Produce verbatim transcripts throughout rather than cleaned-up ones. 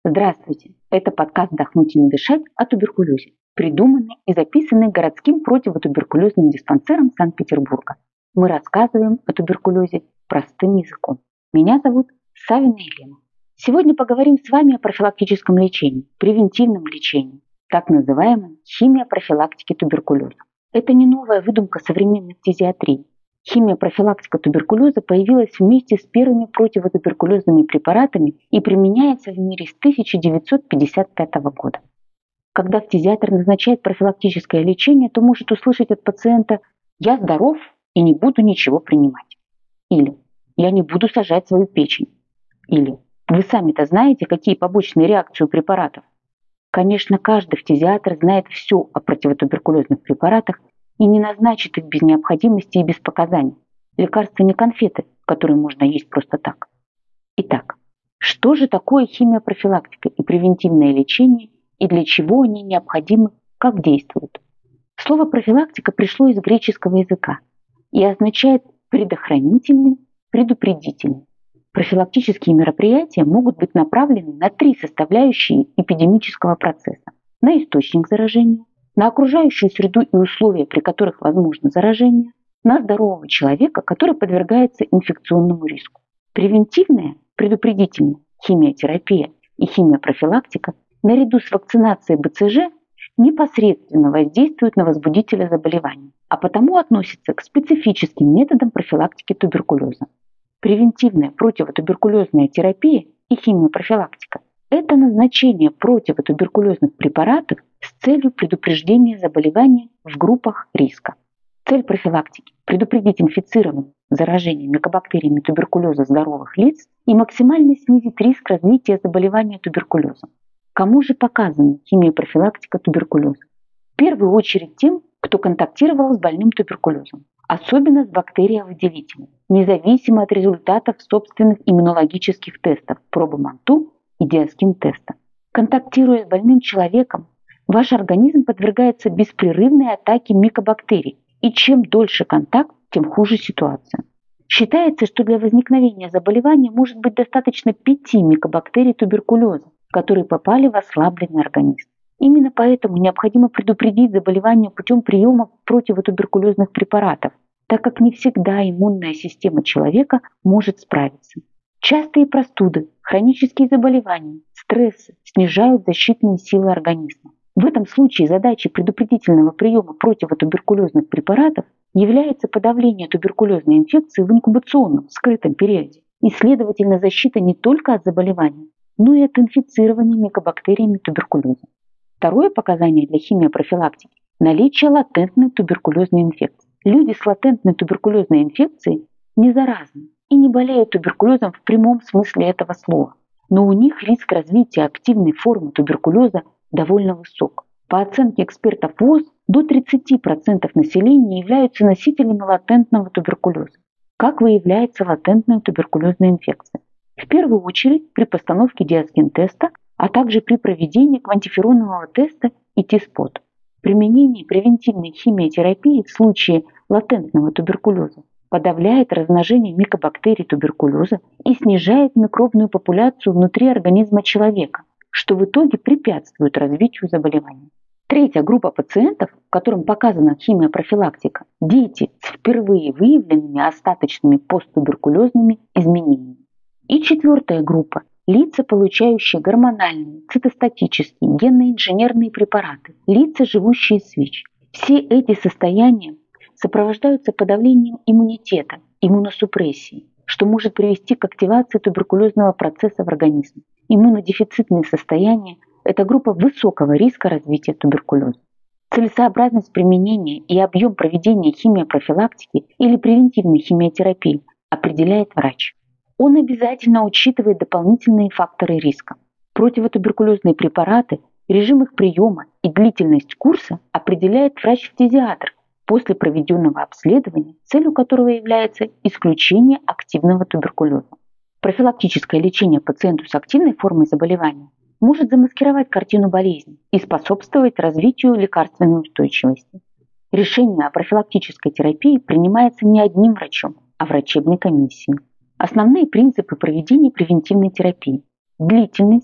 Здравствуйте! Это подкаст «Вдохнуть и не дышать» о туберкулезе, придуманный и записанный городским противотуберкулезным диспансером Санкт-Петербурга. Мы рассказываем о туберкулезе простым языком. Меня зовут Савина Елена. Сегодня поговорим с вами о профилактическом лечении, превентивном лечении, так называемой химия профилактики туберкулеза. Это не новая выдумка современной фтизиатрии. Химия-профилактика туберкулеза появилась вместе с первыми противотуберкулезными препаратами и применяется в мире с тысяча девятьсот пятьдесят пятого года. Когда фтизиатр назначает профилактическое лечение, то может услышать от пациента «я здоров и не буду ничего принимать» или «я не буду сажать свою печень» или «вы сами-то знаете, какие побочные реакции у препаратов». Конечно, каждый фтизиатр знает все о противотуберкулезных препаратах и не назначит их без необходимости и без показаний. Лекарства не конфеты, которые можно есть просто так. Итак, что же такое химия-профилактика и превентивное лечение, и для чего они необходимы, как действуют? Слово профилактика пришло из греческого языка и означает предохранительный, предупредительный. Профилактические мероприятия могут быть направлены на три составляющие эпидемического процесса: на источник заражения, на окружающую среду и условия, при которых возможно заражение, на здорового человека, который подвергается инфекционному риску. Превентивная, предупредительная химиотерапия и химиопрофилактика наряду с вакцинацией бэ цэ жэ непосредственно воздействуют на возбудителя заболевания, а потому относятся к специфическим методам профилактики туберкулеза. Превентивная противотуберкулезная терапия и химиопрофилактика – это назначение противотуберкулезных препаратов с целью предупреждения заболевания в группах риска. Цель профилактики – предупредить инфицирование, заражение микобактериями туберкулеза здоровых лиц и максимально снизить риск развития заболевания туберкулезом. Кому же показана химиопрофилактика туберкулеза? В первую очередь тем, кто контактировал с больным туберкулезом, особенно с бактериовыделителем, независимо от результатов собственных иммунологических тестов, пробы МАНТУ и диаскин-теста. Контактируя с больным человеком, ваш организм подвергается беспрерывной атаке микобактерий, и чем дольше контакт, тем хуже ситуация. Считается, что для возникновения заболевания может быть достаточно пяти микобактерий туберкулеза, которые попали в ослабленный организм. Именно поэтому необходимо предупредить заболевание путем приема противотуберкулезных препаратов, так как не всегда иммунная система человека может справиться. Частые простуды, хронические заболевания, стрессы снижают защитные силы организма. В этом случае задачей предупредительного приема противотуберкулезных препаратов является подавление туберкулезной инфекции в инкубационном, скрытом периоде и, следовательно, защита не только от заболевания, но и от инфицирования микобактериями туберкулеза. Второе показание для химиопрофилактики – наличие латентной туберкулезной инфекции. Люди с латентной туберкулезной инфекцией не заразны и не болеют туберкулезом в прямом смысле этого слова, но у них риск развития активной формы туберкулеза довольно высок. По оценке экспертов ВОЗ, до тридцати процентов населения являются носителями латентного туберкулеза. Как выявляется латентная туберкулезная инфекция? В первую очередь при постановке диаскин-теста, а также при проведении квантиферонового теста и Ти-спот. Применение превентивной химиотерапии в случае латентного туберкулеза подавляет размножение микобактерий туберкулеза и снижает микробную популяцию внутри организма человека, что в итоге препятствует развитию заболевания. Третья группа пациентов, которым показана химиопрофилактика – дети с впервые выявленными остаточными посттуберкулезными изменениями. И четвертая группа – лица, получающие гормональные, цитостатические, генно-инженерные препараты, лица, живущие с ВИЧ. Все эти состояния сопровождаются подавлением иммунитета, иммуносупрессией, что может привести к активации туберкулезного процесса в организме. Иммунодефицитные состояния – это группа высокого риска развития туберкулеза. Целесообразность применения и объем проведения химиопрофилактики или превентивной химиотерапии определяет врач. Он обязательно учитывает дополнительные факторы риска. Противотуберкулезные препараты, режим их приема и длительность курса определяет врач-фтизиатр после проведенного обследования, целью которого является исключение активного туберкулеза. Профилактическое лечение пациенту с активной формой заболевания может замаскировать картину болезни и способствовать развитию лекарственной устойчивости. Решение о профилактической терапии принимается не одним врачом, а врачебной комиссией. Основные принципы проведения превентивной терапии: длительность,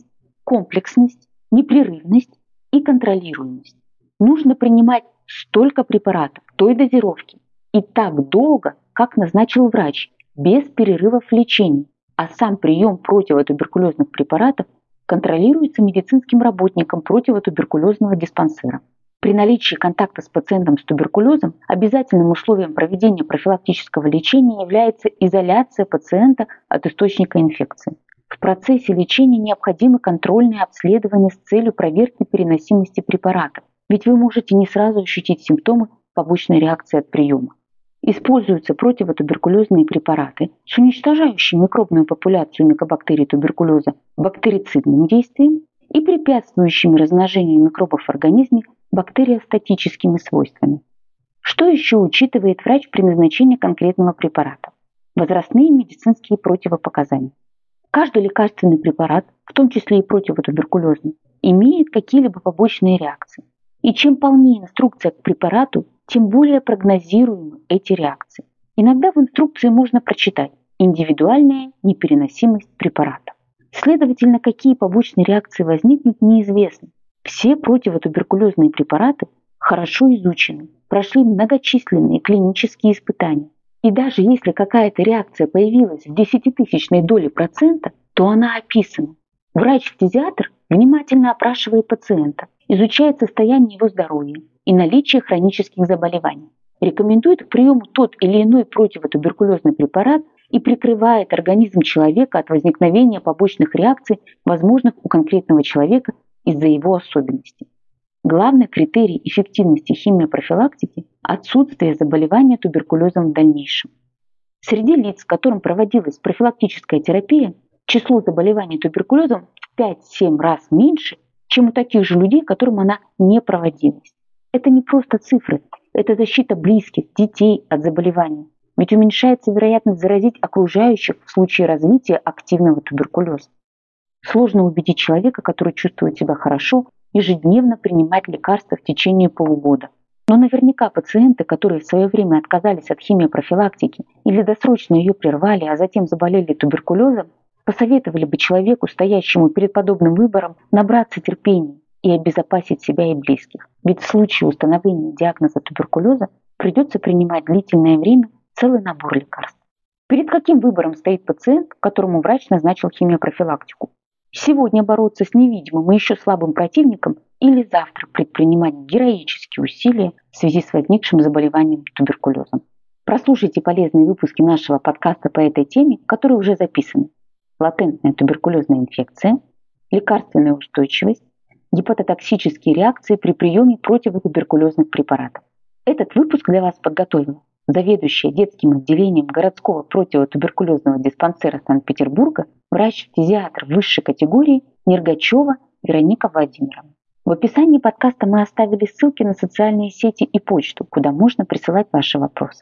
комплексность, непрерывность и контролируемость. Нужно принимать столько препаратов той дозировки и так долго, как назначил врач, без перерывов в лечении, а сам прием противотуберкулезных препаратов контролируется медицинским работником противотуберкулезного диспансера. При наличии контакта с пациентом с туберкулезом обязательным условием проведения профилактического лечения является изоляция пациента от источника инфекции. В процессе лечения необходимы контрольные обследования с целью проверки переносимости препаратов, ведь вы можете не сразу ощутить симптомы побочной реакции от приема. Используются противотуберкулезные препараты с уничтожающими микробную популяцию микобактерий туберкулеза бактерицидным действием и препятствующими размножению микробов в организме бактериостатическими свойствами. Что еще учитывает врач при назначении конкретного препарата? Возрастные медицинские противопоказания. Каждый лекарственный препарат, в том числе и противотуберкулезный, имеет какие-либо побочные реакции. И чем полнее инструкция к препарату, тем более прогнозируемы эти реакции. Иногда в инструкции можно прочитать индивидуальная непереносимость препарата. Следовательно, какие побочные реакции возникнут, неизвестно. Все противотуберкулезные препараты хорошо изучены, прошли многочисленные клинические испытания. И даже если какая-то реакция появилась в десятитысячной доле процента, то она описана. Врач-фтизиатр внимательно опрашивает пациента, изучает состояние его здоровья и наличие хронических заболеваний, рекомендует к приему тот или иной противотуберкулезный препарат и прикрывает организм человека от возникновения побочных реакций, возможных у конкретного человека из-за его особенностей. Главный критерий эффективности химиопрофилактики – отсутствие заболевания туберкулезом в дальнейшем. Среди лиц, которым проводилась профилактическая терапия, число заболеваний туберкулезом в пять-семь раз меньше, чем у таких же людей, которым она не проводилась. Это не просто цифры, это защита близких, детей от заболевания, ведь уменьшается вероятность заразить окружающих в случае развития активного туберкулеза. Сложно убедить человека, который чувствует себя хорошо, ежедневно принимать лекарства в течение полугода. Но наверняка пациенты, которые в свое время отказались от химиопрофилактики или досрочно ее прервали, а затем заболели туберкулезом, посоветовали бы человеку, стоящему перед подобным выбором, набраться терпения и обезопасить себя и близких. Ведь в случае установления диагноза туберкулеза придется принимать длительное время целый набор лекарств. Перед каким выбором стоит пациент, которому врач назначил химиопрофилактику? Сегодня бороться с невидимым и еще слабым противником или завтра предпринимать героические усилия в связи с возникшим заболеванием туберкулезом. Прослушайте полезные выпуски нашего подкаста по этой теме, которые уже записаны. Латентная туберкулезная инфекция, лекарственная устойчивость, гепатотоксические реакции при приеме противотуберкулезных препаратов. Этот выпуск для вас подготовила заведующая детским отделением городского противотуберкулезного диспансера Санкт-Петербурга, врач-фтизиатр высшей категории Нергачева Вероника Владимировна. В описании подкаста мы оставили ссылки на социальные сети и почту, куда можно присылать ваши вопросы.